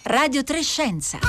Radio 3 Scienza.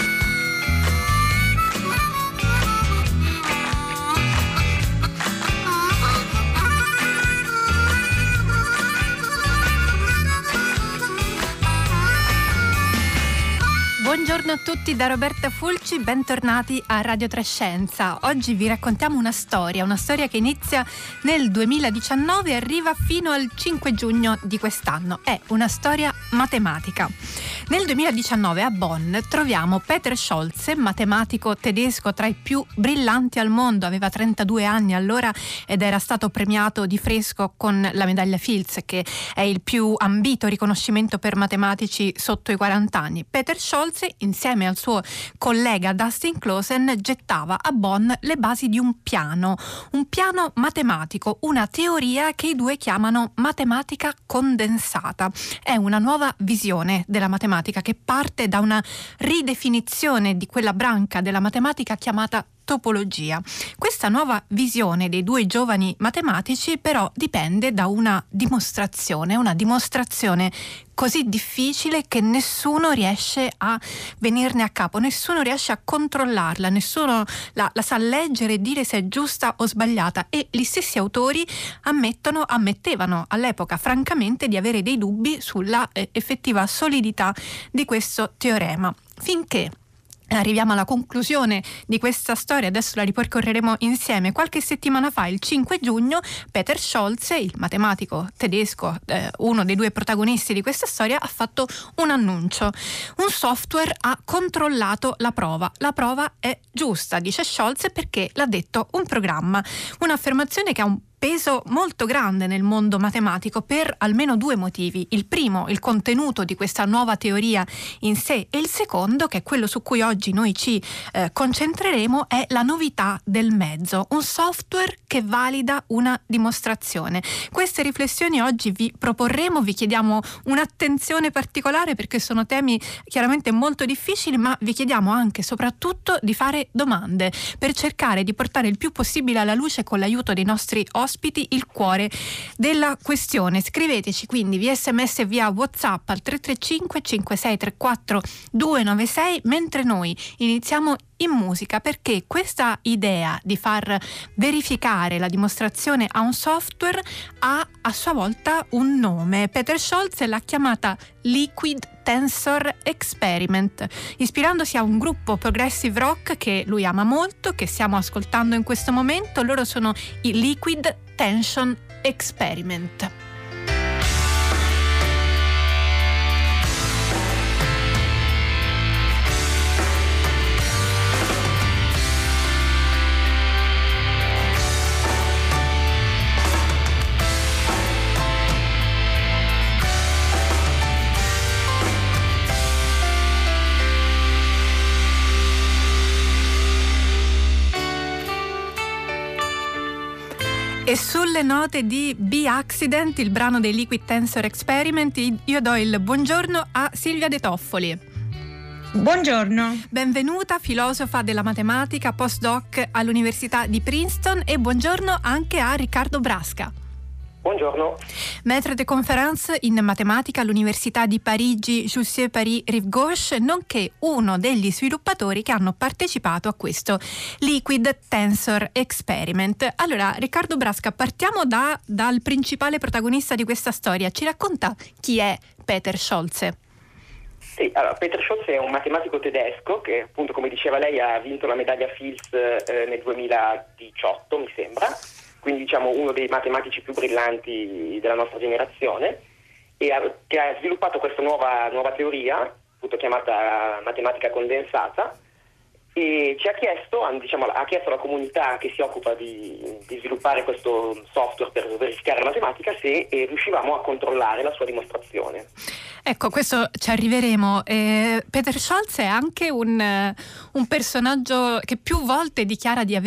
Buongiorno a tutti da Roberta Fulci, bentornati a Radio 3 Scienza. Oggi vi raccontiamo una storia che inizia nel 2019 e arriva fino al 5 giugno di quest'anno. È una storia matematica. Nel 2019 a Bonn troviamo Peter Scholze, matematico tedesco tra i più brillanti al mondo, aveva 32 anni allora ed era stato premiato di fresco con la medaglia Fields, che è il più ambito riconoscimento per matematici sotto i 40 anni. Peter Scholze, insieme al suo collega Dustin Clausen, gettava a Bonn le basi di un piano matematico, una teoria che i due chiamano matematica condensata. È una nuova visione della matematica che parte da una ridefinizione di quella branca della matematica chiamata topologia. Questa nuova visione dei due giovani matematici però dipende da una dimostrazione così difficile che nessuno riesce a venirne a capo, nessuno riesce a controllarla, nessuno la sa leggere e dire se è giusta o sbagliata, e gli stessi autori ammettevano all'epoca francamente di avere dei dubbi sulla effettiva solidità di questo teorema. Finché arriviamo alla conclusione di questa storia, adesso la ripercorreremo insieme. Qualche settimana fa, il 5 giugno, Peter Scholze, il matematico tedesco, uno dei due protagonisti di questa storia, ha fatto un annuncio. Un software ha controllato la prova. La prova è giusta, dice Scholze, perché l'ha detto un programma. Un'affermazione che ha un peso molto grande nel mondo matematico per almeno due motivi. Il primo, il contenuto di questa nuova teoria in sé, e il secondo, che è quello su cui oggi noi ci concentreremo, è la novità del mezzo, un software che valida una dimostrazione. Queste riflessioni oggi vi proporremo, vi chiediamo un'attenzione particolare perché sono temi chiaramente molto difficili, ma vi chiediamo anche soprattutto di fare domande per cercare di portare il più possibile alla luce, con l'aiuto dei nostri ospiti, il cuore della questione. Scriveteci quindi via SMS e via WhatsApp al 335 5634 296, mentre noi iniziamo in musica, perché questa idea di far verificare la dimostrazione a un software ha a sua volta un nome. Peter Scholze l'ha chiamata Liquid Tensor Experiment, ispirandosi a un gruppo progressive rock che lui ama molto, che stiamo ascoltando in questo momento. Loro sono i Liquid Tension Experiment. E sulle note di B-Accident, il brano dei Liquid Tensor Experiment, io do il buongiorno a Silvia De Toffoli. Buongiorno. Benvenuta, filosofa della matematica, postdoc all'Università di Princeton, e buongiorno anche a Riccardo Brasca. Buongiorno. Maître de conférence in matematica all'Università di Parigi Jussieu Paris Rive Gauche, nonché uno degli sviluppatori che hanno partecipato a questo Liquid Tensor Experiment. Allora, Riccardo Brasca, partiamo dal principale protagonista di questa storia. Ci racconta chi è Peter Scholze? Sì, allora, Peter Scholze è un matematico tedesco che, appunto, come diceva lei, ha vinto la medaglia Fields nel 2018, mi sembra. Quindi diciamo uno dei matematici più brillanti della nostra generazione, e che ha sviluppato questa nuova teoria, appunto chiamata matematica condensata, e ci ha chiesto alla comunità che si occupa di sviluppare questo software per verificare la matematica se riuscivamo a controllare la sua dimostrazione. Ecco, questo ci arriveremo. Peter Scholze è anche un personaggio che più volte dichiara di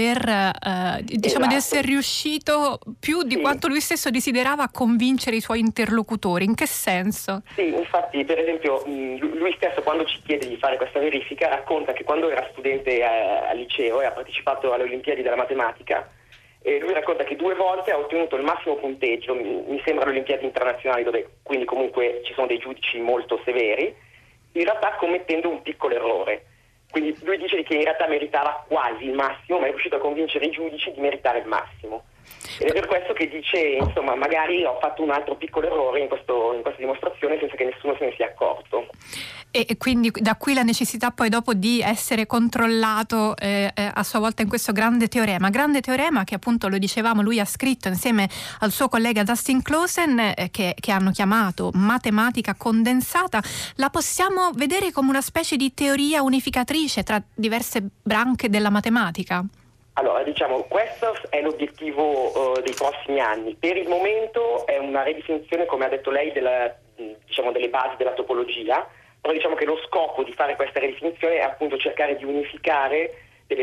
di essere riuscito più di quanto lui stesso desiderava a convincere i suoi interlocutori. In che senso? Sì, infatti, per esempio, lui stesso, quando ci chiede di fare questa verifica, racconta che quando era studente al liceo e ha partecipato alle Olimpiadi della matematica, lui racconta che 2 volte ha ottenuto il massimo punteggio, mi sembra alle Olimpiadi internazionali, dove quindi comunque ci sono dei giudici molto severi, in realtà commettendo un piccolo errore. Quindi lui dice che in realtà meritava quasi il massimo, ma è riuscito a convincere i giudici di meritare il massimo. Ed è per questo che dice, insomma, magari ho fatto un altro piccolo errore in questa dimostrazione senza che nessuno se ne sia accorto. E quindi da qui la necessità poi dopo di essere controllato a sua volta in questo grande teorema che appunto, lo dicevamo, lui ha scritto insieme al suo collega Dustin Clausen, che hanno chiamato matematica condensata. La possiamo vedere come una specie di teoria unificatrice tra diverse branche della matematica? Allora, diciamo, questo è l'obiettivo dei prossimi anni. Per il momento è una ridefinizione, come ha detto lei, delle basi della topologia, però diciamo che lo scopo di fare questa ridefinizione è appunto cercare di unificare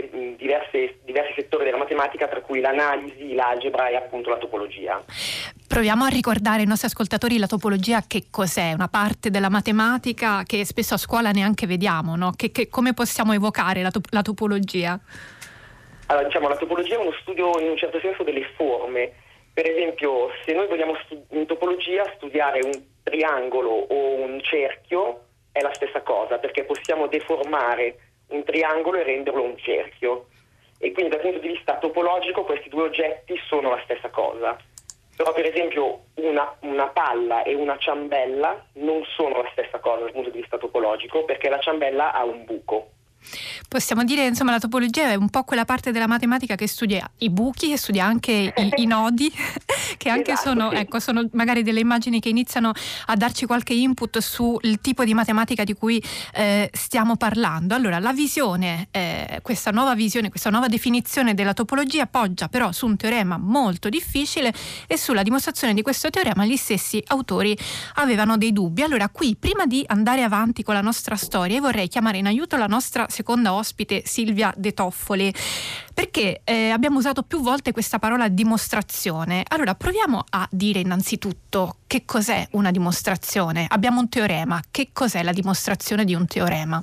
diversi settori della matematica, tra cui l'analisi, l'algebra e appunto la topologia. Proviamo a ricordare ai nostri ascoltatori la topologia che cos'è, una parte della matematica che spesso a scuola neanche vediamo, no? Come possiamo evocare la topologia? Allora, diciamo, la topologia è uno studio in un certo senso delle forme. Per esempio, se noi vogliamo in topologia studiare un triangolo o un cerchio, è la stessa cosa, perché possiamo deformare un triangolo e renderlo un cerchio. E quindi dal punto di vista topologico questi due oggetti sono la stessa cosa. Però per esempio una palla e una ciambella non sono la stessa cosa dal punto di vista topologico, perché la ciambella ha un buco. Possiamo dire, insomma, la topologia è un po' quella parte della matematica che studia i buchi, che studia anche i nodi, che anche esatto, sì. sono magari delle immagini che iniziano a darci qualche input sul tipo di matematica di cui stiamo parlando. Allora, la visione, questa nuova definizione della topologia poggia però su un teorema molto difficile, e sulla dimostrazione di questo teorema gli stessi autori avevano dei dubbi. Allora, qui, prima di andare avanti con la nostra storia, vorrei chiamare in aiuto la nostra seconda ospite, Silvia De Toffoli, perché abbiamo usato più volte questa parola dimostrazione. Allora, proviamo a dire innanzitutto che cos'è una dimostrazione. Abbiamo un teorema, che cos'è la dimostrazione di un teorema?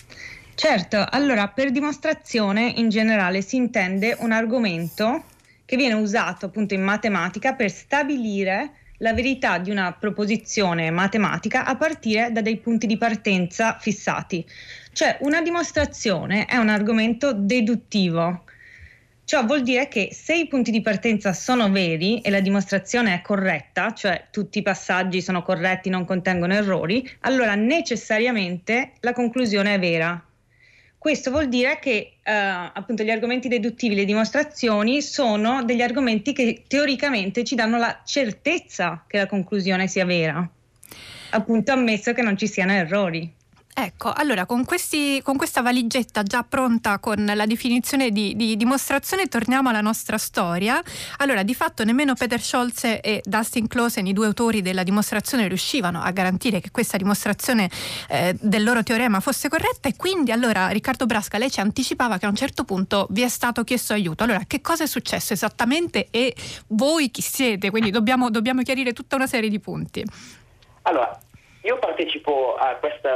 Certo, allora per dimostrazione in generale si intende un argomento che viene usato appunto in matematica per stabilire la verità di una proposizione matematica a partire da dei punti di partenza fissati. Cioè, una dimostrazione è un argomento deduttivo. Ciò vuol dire che se i punti di partenza sono veri e la dimostrazione è corretta, cioè tutti i passaggi sono corretti, non contengono errori, allora necessariamente la conclusione è vera. Questo vuol dire che appunto gli argomenti deduttivi, le dimostrazioni, sono degli argomenti che teoricamente ci danno la certezza che la conclusione sia vera, appunto ammesso che non ci siano errori. Ecco, allora con questa valigetta già pronta con la definizione di dimostrazione, torniamo alla nostra storia. Allora, di fatto nemmeno Peter Scholz e Dustin Clausen, i due autori della dimostrazione, riuscivano a garantire che questa dimostrazione del loro teorema fosse corretta, e quindi allora, Riccardo Brasca, lei ci anticipava che a un certo punto vi è stato chiesto aiuto. Allora, che cosa è successo esattamente e voi chi siete? Quindi dobbiamo chiarire tutta una serie di punti. Allora, io partecipo a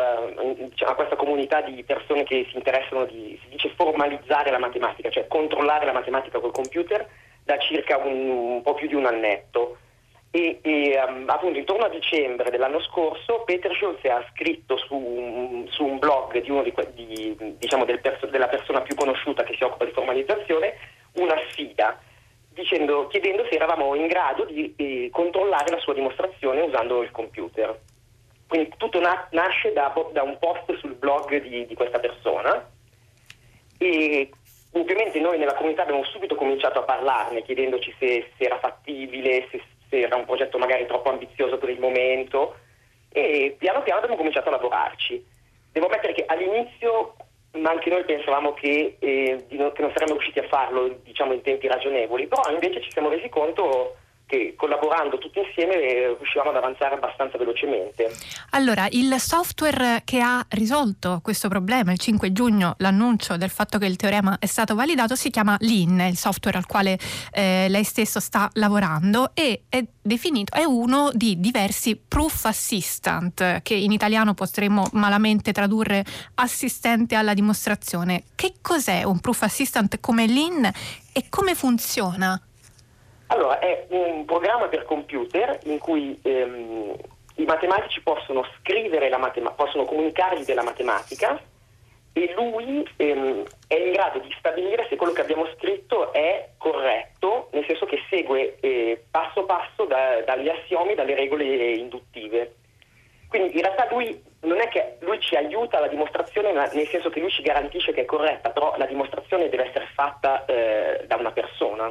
questa comunità di persone che si interessano si dice formalizzare la matematica, cioè controllare la matematica col computer, da circa un po' più di un annetto. E appunto intorno a dicembre dell'anno scorso Peter Scholz ha scritto su un blog di uno della persona più conosciuta che si occupa di formalizzazione una sfida, chiedendo se eravamo in grado di controllare la sua dimostrazione usando il computer. Quindi tutto nasce da un post sul blog di questa persona, e ovviamente noi nella comunità abbiamo subito cominciato a parlarne, chiedendoci se era fattibile, se era un progetto magari troppo ambizioso per il momento, e piano piano abbiamo cominciato a lavorarci. Devo ammettere che all'inizio anche noi pensavamo che non saremmo riusciti a farlo, diciamo, in tempi ragionevoli, però invece ci siamo resi conto che collaborando tutti insieme riuscivamo ad avanzare abbastanza velocemente. Allora, il software che ha risolto questo problema, il 5 giugno, l'annuncio del fatto che il teorema è stato validato, si chiama Lean, il software al quale lei stesso sta lavorando, e è uno di diversi proof assistant, che in italiano potremmo malamente tradurre assistente alla dimostrazione. Che cos'è un proof assistant come Lean e come funziona? Allora, è un programma per computer in cui i matematici possono scrivere possono comunicargli della matematica, e lui è in grado di stabilire se quello che abbiamo scritto è corretto, nel senso che segue passo passo dagli assiomi, dalle regole induttive. Quindi in realtà lui non è che lui ci aiuta alla dimostrazione, nel senso che lui ci garantisce che è corretta, però la dimostrazione deve essere fatta da una persona.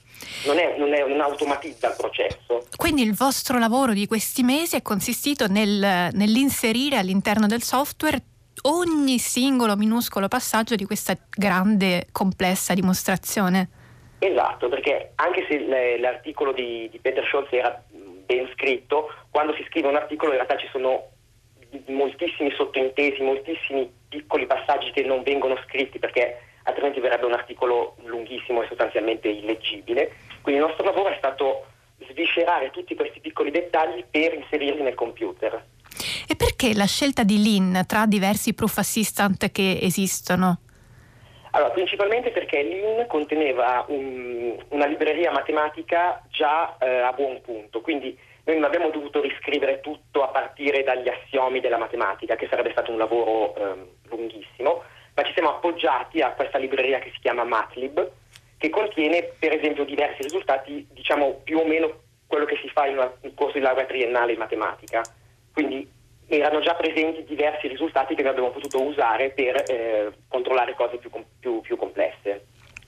Non automatizza il processo. Quindi il vostro lavoro di questi mesi è consistito nell'inserire all'interno del software ogni singolo minuscolo passaggio di questa grande, complessa dimostrazione. Esatto, perché anche se l'articolo di Peter Scholz era ben scritto, quando si scrive un articolo in realtà ci sono moltissimi sottointesi, moltissimi piccoli passaggi che non vengono scritti, perché altrimenti verrebbe un articolo lunghissimo e sostanzialmente illeggibile. Quindi il nostro lavoro è stato sviscerare tutti questi piccoli dettagli per inserirli nel computer. E perché la scelta di Lean tra diversi proof assistant che esistono? Allora, principalmente perché Lean conteneva una libreria matematica già a buon punto, quindi noi non abbiamo dovuto riscrivere tutto a partire dagli assiomi della matematica, che sarebbe stato un lavoro lunghissimo, ma ci siamo appoggiati a questa libreria che si chiama Matlib, che contiene per esempio diversi risultati, diciamo più o meno quello che si fa in un corso di laurea triennale in matematica. Quindi erano già presenti diversi risultati che noi abbiamo potuto usare per controllare cose più complesse.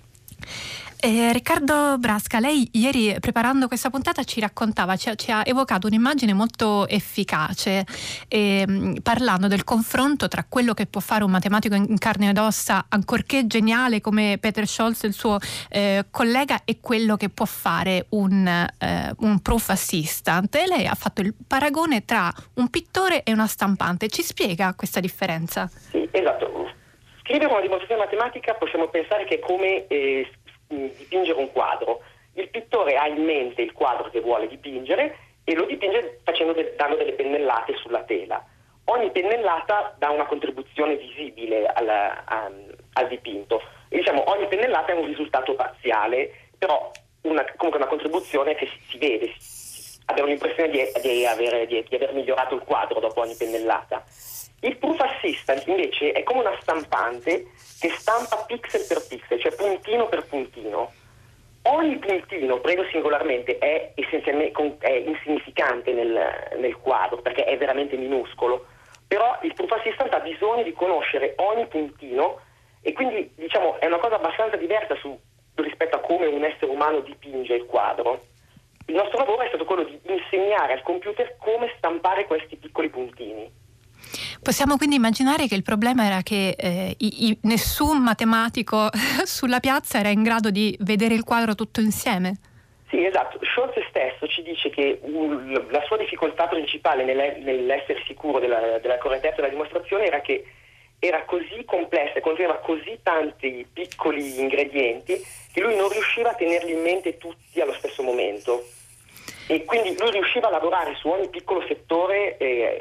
Riccardo Brasca, lei ieri preparando questa puntata ci raccontava, ci ha evocato un'immagine molto efficace, parlando del confronto tra quello che può fare un matematico in carne ed ossa, ancorché geniale come Peter Scholz, il suo collega, e quello che può fare un proof assistant. E lei ha fatto il paragone tra un pittore e una stampante. Ci spiega questa differenza? Sì, esatto. Scrivere una dimostrazione matematica possiamo pensare che è come dipingere un quadro. Il pittore ha in mente il quadro che vuole dipingere e lo dipinge dando delle pennellate sulla tela. Ogni pennellata dà una contribuzione visibile al dipinto. E diciamo, ogni pennellata è un risultato parziale, però comunque una contribuzione che si vede. Abbiamo l'impressione di aver migliorato il quadro dopo ogni pennellata. Il proof assistant invece è come una stampante che stampa pixel per pixel, cioè puntino per puntino. Ogni puntino preso singolarmente è essenzialmente insignificante nel quadro, perché è veramente minuscolo, però il proof assistant ha bisogno di conoscere ogni puntino, e quindi diciamo è una cosa abbastanza diversa rispetto a come un essere umano dipinge il quadro. Il nostro lavoro è stato quello di insegnare al computer come stampare questi piccoli puntini. Possiamo quindi immaginare che il problema era che nessun matematico sulla piazza era in grado di vedere il quadro tutto insieme? Sì, esatto. Scholz stesso ci dice che la sua difficoltà principale nell'essere sicuro della correttezza della dimostrazione era che era così complessa e conteneva così tanti piccoli ingredienti che lui non riusciva a tenerli in mente tutti allo stesso momento. E quindi lui riusciva a lavorare su ogni piccolo settore,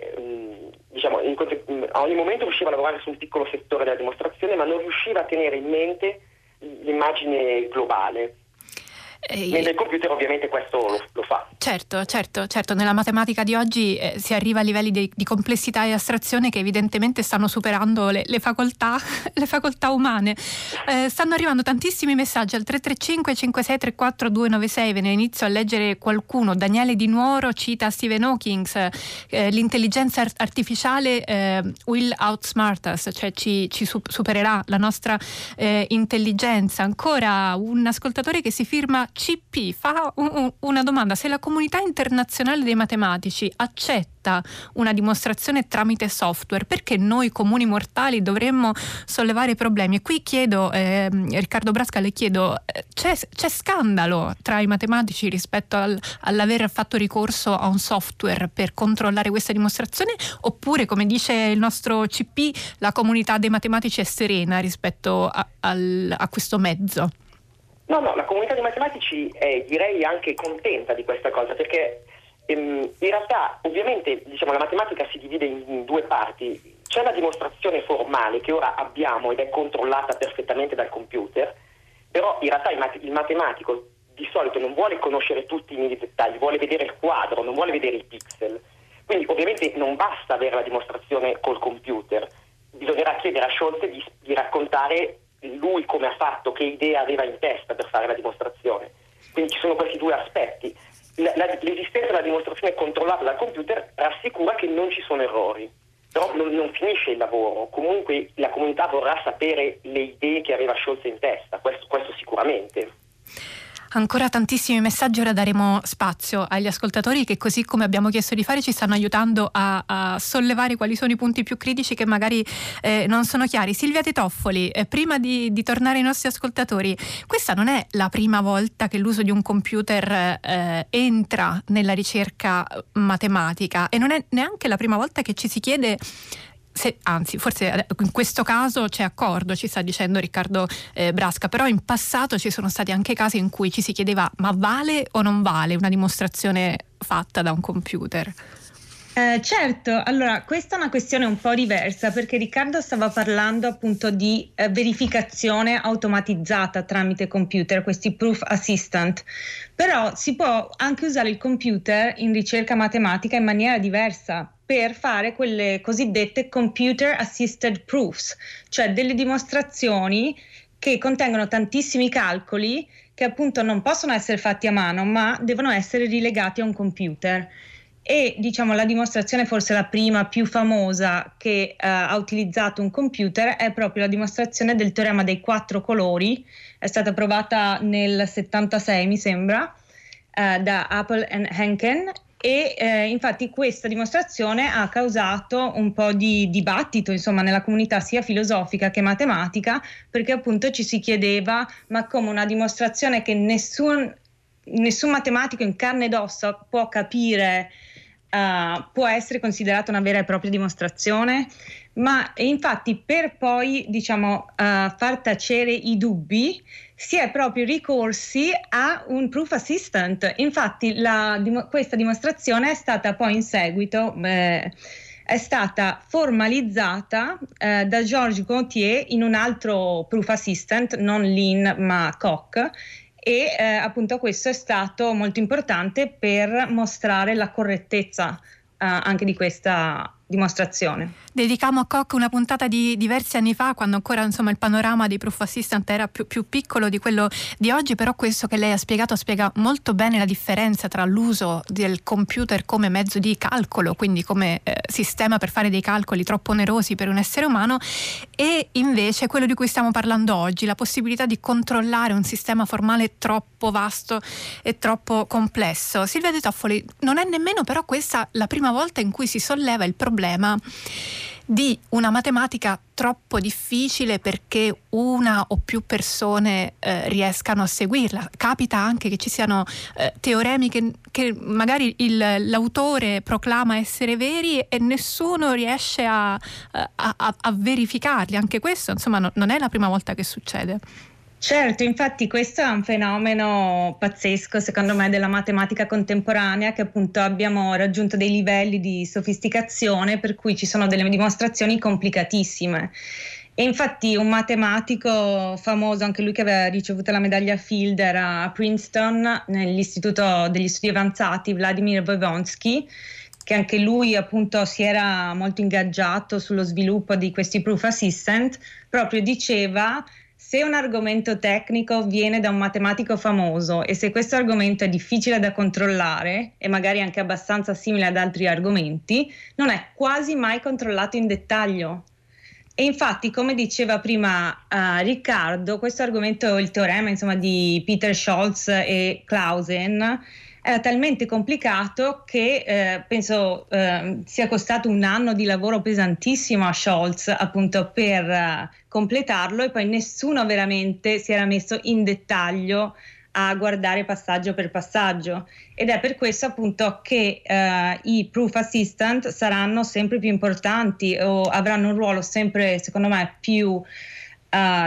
a ogni momento riusciva a lavorare su un piccolo settore della dimostrazione, ma non riusciva a tenere in mente l'immagine globale. Nel computer ovviamente questo lo fa. Certo, nella matematica di oggi si arriva a livelli di complessità e astrazione che evidentemente stanno superando le facoltà umane. Stanno arrivando tantissimi messaggi al 335 5634 296, ve ne inizio a leggere qualcuno. Daniele Di Nuoro cita Stephen Hawking, l'intelligenza artificiale will outsmart us, cioè ci supererà la nostra intelligenza. Ancora un ascoltatore che si firma CP fa una domanda: se la comunità internazionale dei matematici accetta una dimostrazione tramite software, perché noi comuni mortali dovremmo sollevare problemi? E qui chiedo, Riccardo Brasca, le chiedo, c'è scandalo tra i matematici rispetto all'aver fatto ricorso a un software per controllare questa dimostrazione, oppure, come dice il nostro CP, la comunità dei matematici è serena rispetto a questo mezzo? No, la comunità dei matematici è, direi, anche contenta di questa cosa, perché in realtà ovviamente la matematica si divide in due parti. C'è la dimostrazione formale che ora abbiamo ed è controllata perfettamente dal computer, però in realtà il matematico di solito non vuole conoscere tutti i dettagli, vuole vedere il quadro, non vuole vedere i pixel. Quindi ovviamente non basta avere la dimostrazione col computer, bisognerà chiedere a Scholz di raccontare lui come ha fatto, che idea aveva in testa per fare la dimostrazione. Quindi ci sono questi due aspetti. L'esistenza della dimostrazione controllata dal computer rassicura che non ci sono errori, però non finisce il lavoro. Comunque la comunità vorrà sapere le idee che aveva Scholz in testa, questo sicuramente. Ancora tantissimi messaggi, ora daremo spazio agli ascoltatori che, così come abbiamo chiesto di fare, ci stanno aiutando a sollevare quali sono i punti più critici che magari non sono chiari. Silvia Tetoffoli, prima di tornare ai nostri ascoltatori, questa non è la prima volta che l'uso di un computer entra nella ricerca matematica, e non è neanche la prima volta che ci si chiede anzi, forse in questo caso c'è accordo, ci sta dicendo Riccardo Brasca, però in passato ci sono stati anche casi in cui ci si chiedeva: ma vale o non vale una dimostrazione fatta da un computer? Certo, allora questa è una questione un po' diversa, perché Riccardo stava parlando appunto di verificazione automatizzata tramite computer, questi proof assistant, però si può anche usare il computer in ricerca matematica in maniera diversa, per fare quelle cosiddette computer assisted proofs, cioè delle dimostrazioni che contengono tantissimi calcoli che appunto non possono essere fatti a mano, ma devono essere rilegati a un computer. E diciamo la dimostrazione, forse la prima più famosa che ha utilizzato un computer, è proprio la dimostrazione del teorema dei 4 colori. È stata provata nel 76, mi sembra, da Apple e Henken, e infatti questa dimostrazione ha causato un po' di dibattito, insomma, nella comunità sia filosofica che matematica, perché appunto ci si chiedeva: ma come una dimostrazione che nessun matematico in carne ed ossa può capire può essere considerata una vera e propria dimostrazione? Ma infatti, per poi far tacere i dubbi, si è proprio ricorsi a un proof assistant. Infatti questa dimostrazione è stata poi in seguito è stata formalizzata da Georges Gautier in un altro proof assistant, non Lin ma Koch, e appunto questo è stato molto importante per mostrare la correttezza anche di questa dimostrazione. Dedicammo a Koch una puntata di diversi anni fa, quando ancora il panorama dei proof assistant era più piccolo di quello di oggi, però questo che lei ha spiegato spiega molto bene la differenza tra l'uso del computer come mezzo di calcolo, quindi come sistema per fare dei calcoli troppo onerosi per un essere umano, e invece quello di cui stiamo parlando oggi, la possibilità di controllare un sistema formale troppo vasto e troppo complesso. Silvia Tetoffoli, non è nemmeno però questa la prima volta in cui si solleva il problema di una matematica troppo difficile perché una o più persone riescano a seguirla. Capita anche che ci siano teoremi che magari l'autore proclama essere veri e nessuno riesce a verificarli. Anche questo, insomma, non è la prima volta che succede. Certo, infatti questo è un fenomeno pazzesco, secondo me, della matematica contemporanea, che appunto abbiamo raggiunto dei livelli di sofisticazione per cui ci sono delle dimostrazioni complicatissime. E infatti un matematico famoso, anche lui che aveva ricevuto la medaglia Fielder a Princeton, nell'Istituto degli Studi Avanzati, Vladimir Voevodsky, che anche lui appunto si era molto ingaggiato sullo sviluppo di questi proof assistant, proprio diceva: se un argomento tecnico viene da un matematico famoso e se questo argomento è difficile da controllare e magari anche abbastanza simile ad altri argomenti, non è quasi mai controllato in dettaglio. E infatti, come diceva prima Riccardo, questo argomento, il teorema insomma di Peter Scholz e Clausen, era talmente complicato che penso sia costato un anno di lavoro pesantissimo a Scholz appunto per completarlo, e poi nessuno veramente si era messo in dettaglio a guardare passaggio per passaggio, ed è per questo appunto che i proof assistant saranno sempre più importanti o avranno un ruolo sempre, secondo me, più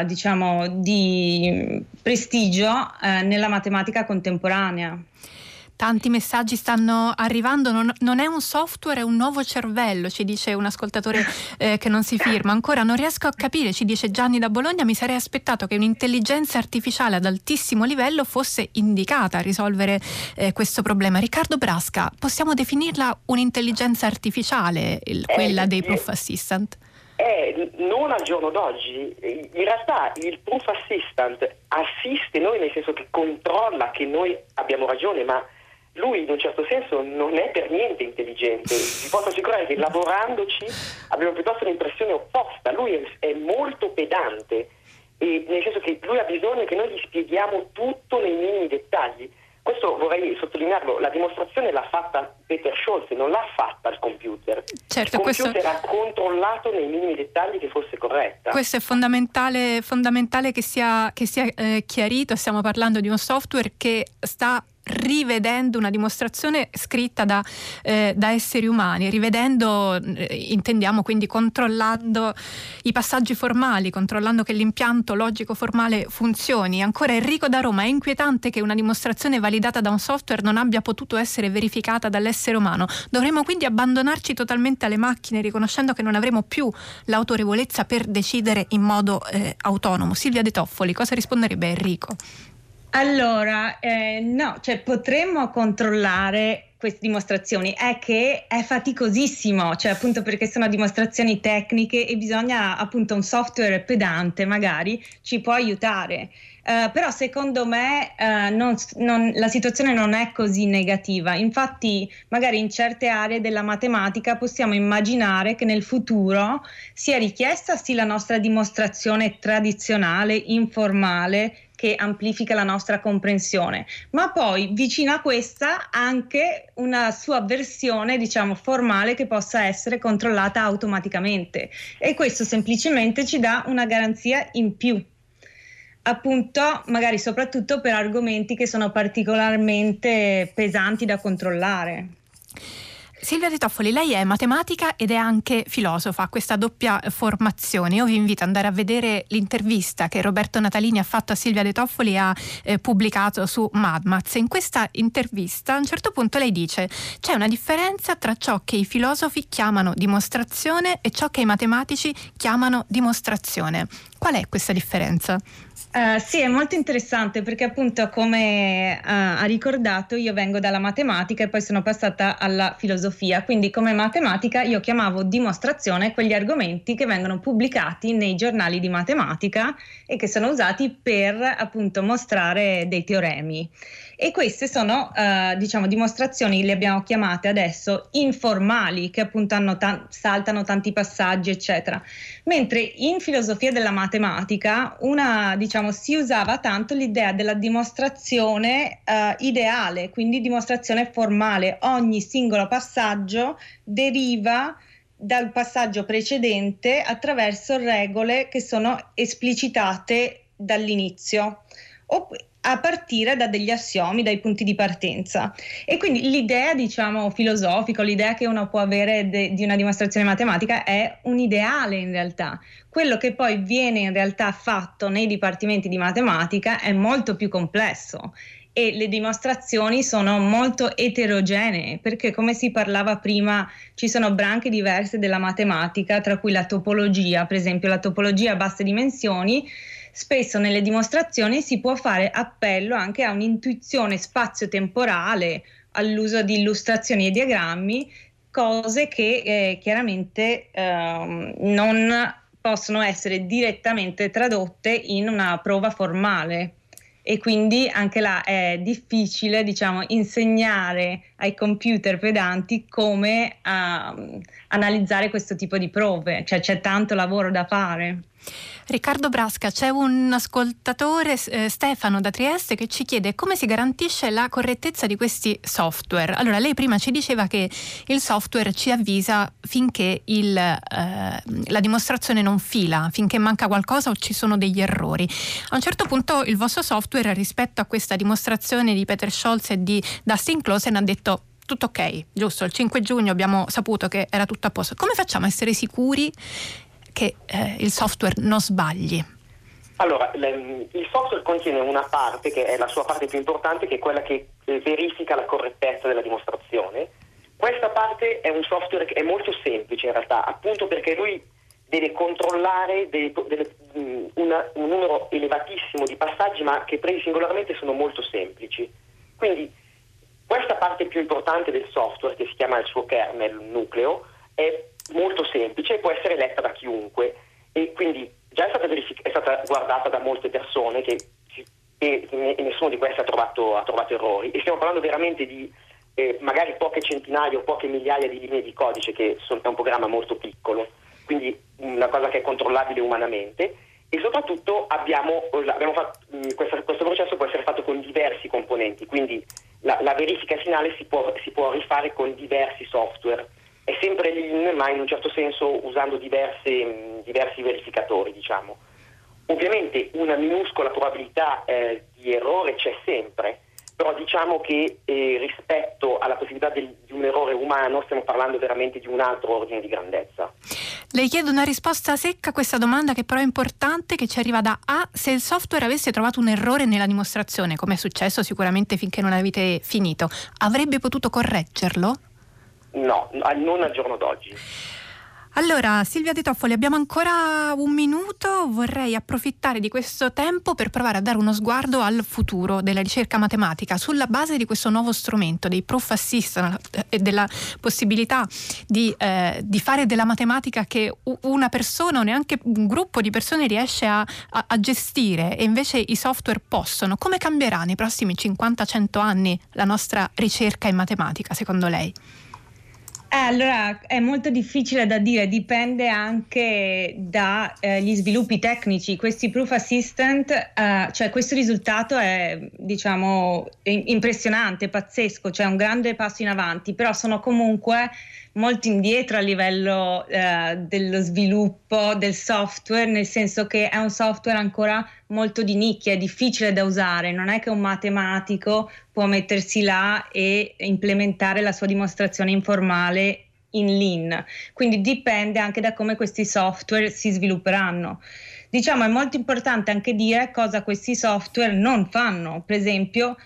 di prestigio nella matematica contemporanea. Tanti messaggi stanno arrivando, non è un software, è un nuovo cervello, ci dice un ascoltatore che non si firma. Ancora non riesco a capire, ci dice Gianni da Bologna, mi sarei aspettato che un'intelligenza artificiale ad altissimo livello fosse indicata a risolvere questo problema. Riccardo Brasca, possiamo definirla un'intelligenza artificiale, quella dei Proof Assistant? Non al giorno d'oggi. In realtà il Proof Assistant assiste noi, nel senso che controlla che noi abbiamo ragione, ma lui in un certo senso non è per niente intelligente. Vi posso assicurare che lavorandoci abbiamo piuttosto l'impressione opposta. Lui è molto pedante, nel senso che lui ha bisogno che noi gli spieghiamo tutto nei minimi dettagli. Questo vorrei sottolinearlo, la dimostrazione l'ha fatta Peter Scholz, non l'ha fatta il computer. Certo, il computer ha controllato nei minimi dettagli che fosse corretta. Questo è fondamentale che sia chiarito. Stiamo parlando di un software che sta rivedendo una dimostrazione scritta da esseri umani, rivedendo, intendiamo quindi controllando i passaggi formali, controllando che l'impianto logico formale funzioni. Ancora Enrico da Roma, è inquietante che una dimostrazione validata da un software non abbia potuto essere verificata dall'essere umano. Dovremmo quindi abbandonarci totalmente alle macchine, riconoscendo che non avremo più l'autorevolezza per decidere in modo autonomo. Silvia De Toffoli, cosa risponderebbe Enrico? Allora, no, cioè potremmo controllare queste dimostrazioni, è che è faticosissimo, cioè appunto perché sono dimostrazioni tecniche e bisogna appunto un software pedante magari ci può aiutare. Però secondo me la situazione non è così negativa. Infatti magari in certe aree della matematica possiamo immaginare che nel futuro sia richiesta sì la nostra dimostrazione tradizionale, informale, che amplifica la nostra comprensione, ma poi vicino a questa anche una sua versione, diciamo, formale che possa essere controllata automaticamente, e questo semplicemente ci dà una garanzia in più, appunto magari soprattutto per argomenti che sono particolarmente pesanti da controllare. Silvia De Toffoli, lei è matematica ed è anche filosofa, ha questa doppia formazione. Io vi invito ad andare a vedere l'intervista che Roberto Natalini ha fatto a Silvia De Toffoli e ha pubblicato su Madmaz. In questa intervista a un certo punto lei dice: c'è una differenza tra ciò che i filosofi chiamano dimostrazione e ciò che i matematici chiamano dimostrazione. Qual è questa differenza? Sì, è molto interessante perché appunto, come ha ricordato, io vengo dalla matematica e poi sono passata alla filosofia, quindi come matematica io chiamavo dimostrazione quegli argomenti che vengono pubblicati nei giornali di matematica e che sono usati per appunto mostrare dei teoremi. E queste sono diciamo dimostrazioni, le abbiamo chiamate adesso informali, che appunto saltano tanti passaggi eccetera, mentre in filosofia della matematica si usava tanto l'idea della dimostrazione ideale, quindi dimostrazione formale. Ogni singolo passaggio deriva dal passaggio precedente attraverso regole che sono esplicitate dall'inizio, a partire da degli assiomi, dai punti di partenza. E quindi l'idea, diciamo, filosofica, l'idea che uno può avere di una dimostrazione matematica è un ideale in realtà. Quello che poi viene in realtà fatto nei dipartimenti di matematica è molto più complesso e le dimostrazioni sono molto eterogenee, perché come si parlava prima ci sono branche diverse della matematica, tra cui la topologia, per esempio la topologia a basse dimensioni. Spesso nelle dimostrazioni si può fare appello anche a un'intuizione spazio-temporale, all'uso di illustrazioni e diagrammi, cose che chiaramente non possono essere direttamente tradotte in una prova formale. E quindi anche là è difficile, diciamo, insegnare ai computer pedanti come analizzare questo tipo di prove, cioè c'è tanto lavoro da fare. Riccardo Brasca, c'è un ascoltatore, Stefano da Trieste, che ci chiede come si garantisce la correttezza di questi software. Allora, lei prima ci diceva che il software ci avvisa finché la dimostrazione non fila, finché manca qualcosa o ci sono degli errori. A un certo punto il vostro software, rispetto a questa dimostrazione di Peter Scholz e di Dustin Clausen, ha detto tutto ok, giusto, il 5 giugno abbiamo saputo che era tutto a posto. Come facciamo a essere sicuri che il software non sbagli? Allora, il software contiene una parte, che è la sua parte più importante, che è quella che verifica la correttezza della dimostrazione. Questa parte è un software che è molto semplice in realtà, appunto perché lui deve controllare un numero elevatissimo di passaggi, ma che presi singolarmente sono molto semplici. Quindi questa parte più importante del software, che si chiama il suo kernel, il nucleo, è molto semplice e può essere letta da chiunque, e quindi già è stata guardata da molte persone e nessuno di questi ha trovato errori, e stiamo parlando veramente di magari poche centinaia o poche migliaia di linee di codice, che è un programma molto piccolo, quindi una cosa che è controllabile umanamente. E soprattutto abbiamo fatto, questo processo può essere fatto con diversi componenti, quindi la verifica finale si può rifare con diversi software. È sempre Lean, ma in un certo senso usando diversi verificatori, diciamo. Ovviamente una minuscola probabilità di errore c'è sempre, però diciamo che rispetto alla possibilità di un errore umano stiamo parlando veramente di un altro ordine di grandezza. Le chiedo una risposta secca a questa domanda, che però è importante, che ci arriva da A. Se il software avesse trovato un errore nella dimostrazione, come è successo sicuramente finché non avete finito, avrebbe potuto correggerlo? No, non al giorno d'oggi. Allora, Silvia De Toffoli, abbiamo ancora un minuto. Vorrei approfittare di questo tempo per provare a dare uno sguardo al futuro della ricerca matematica sulla base di questo nuovo strumento, dei proof assistant, e della possibilità di fare della matematica che una persona o neanche un gruppo di persone riesce a gestire, e invece i software possono. Come cambierà nei prossimi 50-100 anni la nostra ricerca in matematica, secondo lei? Allora, è molto difficile da dire, dipende anche dagli sviluppi tecnici. Questi proof assistant, cioè questo risultato è, diciamo, impressionante, pazzesco, cioè un grande passo in avanti, però sono comunque molto indietro a livello dello sviluppo del software, nel senso che è un software ancora molto di nicchia, è difficile da usare, non è che un matematico può mettersi là e implementare la sua dimostrazione informale in Lean, quindi dipende anche da come questi software si svilupperanno. Diciamo, è molto importante anche dire cosa questi software non fanno. Per esempio,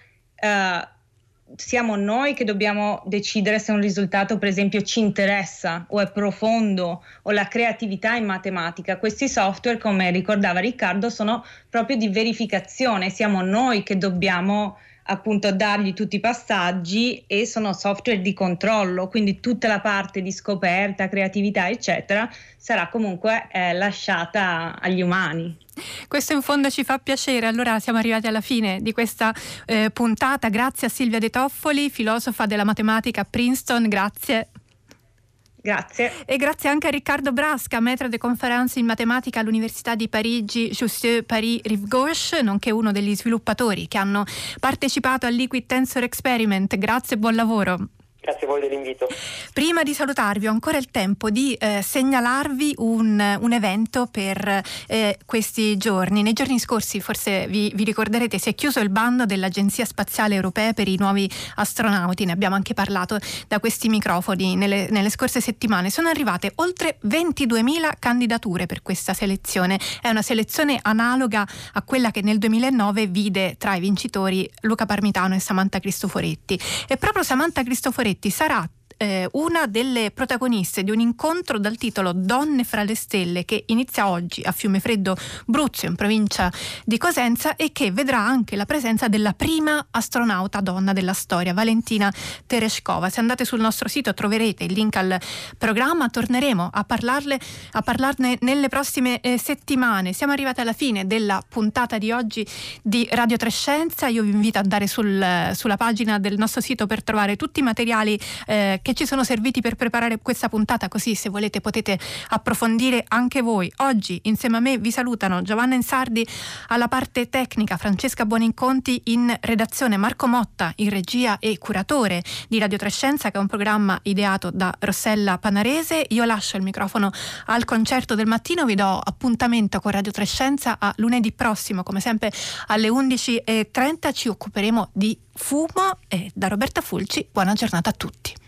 siamo noi che dobbiamo decidere se un risultato, per esempio, ci interessa o è profondo, o la creatività in matematica. Questi software, come ricordava Riccardo, sono proprio di verificazione, siamo noi che dobbiamo appunto dargli tutti i passaggi, e sono software di controllo, quindi tutta la parte di scoperta, creatività eccetera sarà comunque lasciata agli umani. Questo in fondo ci fa piacere. Allora siamo arrivati alla fine di questa puntata. Grazie a Silvia De Toffoli, filosofa della matematica a Princeton, grazie. Grazie. E grazie anche a Riccardo Brasca, maître de conférence in matematica all'Università di Parigi Jussieu Paris Rive Gauche, nonché uno degli sviluppatori che hanno partecipato al Liquid Tensor Experiment. Grazie e buon lavoro. Grazie a voi dell'invito. Prima di salutarvi ho ancora il tempo di segnalarvi un evento per questi giorni. Nei giorni scorsi, forse vi ricorderete, si è chiuso il bando dell'Agenzia Spaziale Europea per i nuovi astronauti. Ne abbiamo anche parlato da questi microfoni nelle scorse settimane. Sono arrivate oltre 22.000 candidature per questa selezione. È una selezione analoga a quella che nel 2009 vide tra i vincitori Luca Parmitano e Samantha Cristoforetti. E proprio Samantha Cristoforetti sarà una delle protagoniste di un incontro dal titolo Donne fra le stelle, che inizia oggi a Fiumefreddo Bruzio, in provincia di Cosenza, e che vedrà anche la presenza della prima astronauta donna della storia, Valentina Tereshkova. Se andate sul nostro sito troverete il link al programma. Torneremo a parlarne nelle prossime settimane. Siamo arrivati alla fine della puntata di oggi di Radio Trescenza. Io vi invito ad andare sulla pagina del nostro sito per trovare tutti i materiali che ci sono serviti per preparare questa puntata, così se volete potete approfondire anche voi. Oggi insieme a me vi salutano Giovanna Insardi alla parte tecnica, Francesca Buoninconti in redazione, Marco Motta in regia e curatore di Radio Trescenza, che è un programma ideato da Rossella Panarese. Io lascio il microfono al concerto del mattino, vi do appuntamento con Radio Trescenza a lunedì prossimo, come sempre alle 11:30. Ci occuperemo di fumo, e da Roberta Fulci buona giornata a tutti.